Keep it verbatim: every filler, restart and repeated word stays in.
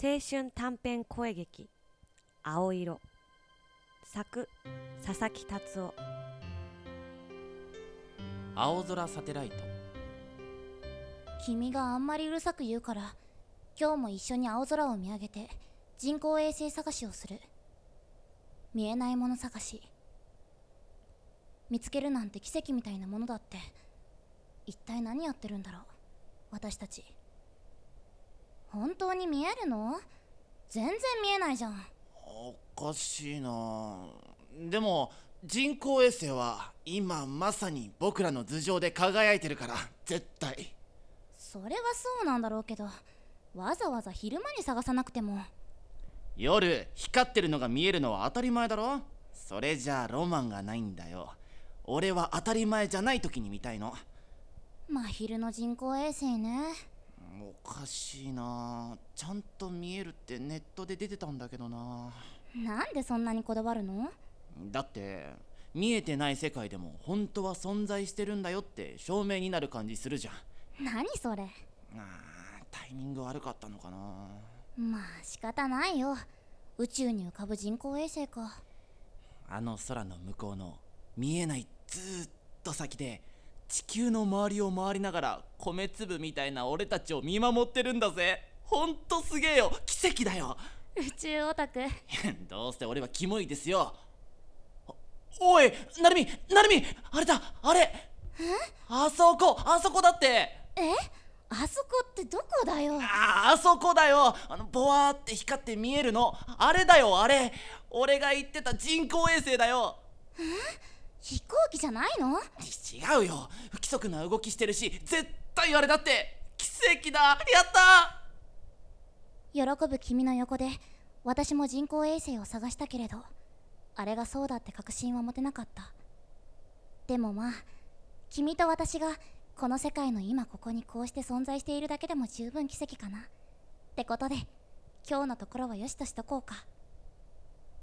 青春短編声劇青色、作佐々木達夫。 青空サテライト。 君があんまりうるさく言うから、今日も一緒に青空を見上げて人工衛星探しをする。見えないもの探し。見つけるなんて奇跡みたいなものだって。一体何やってるんだろう、私たち。本当に見えるの？全然見えないじゃん。 おかしいな。でも人工衛星は今まさに僕らの頭上で輝いてるから絶対。 それはそうなんだろうけど、わざわざ昼間に探さなくても。 夜光ってるのが見えるのは当たり前だろ。それじゃあロマンがないんだよ。俺は当たり前じゃない時に見たいの。 真昼の人工衛星ね。 おかしいな。ちゃんと見えるってネットで出てたんだけどな。 なんでそんなにこだわるの？ だって見えてない世界でも本当は存在してるんだよって証明になる感じするじゃん。 何それ。 あータイミング悪かったのかな。 まあ仕方ないよ。宇宙に浮かぶ人工衛星か。 あの空の向こうの見えないずーっと先で地球の周りを回りながら米粒みたいな俺たちを見守ってるんだぜ。ほんとすげえよ。奇跡だよ。 宇宙オタク。 どうせ俺はキモいですよ。おいなるみなるみ、あれだあれ。 え？ あそこあそこだって。 え？あそこってどこだよ。 ああそこだよ。あのボワーって光って見えるのあれだよ。あれ俺が言ってた人工衛星だよ。 え？飛行機じゃないの？ 違うよ。不規則な動きしてるし絶対あれだって。奇跡だ。やったー。喜ぶ君の横で私も人工衛星を探したけれど、あれがそうだって確信は持てなかった。でもまあ君と私がこの世界の今ここにこうして存在しているだけでも十分奇跡かなってことで、今日のところはよしとしとこうか。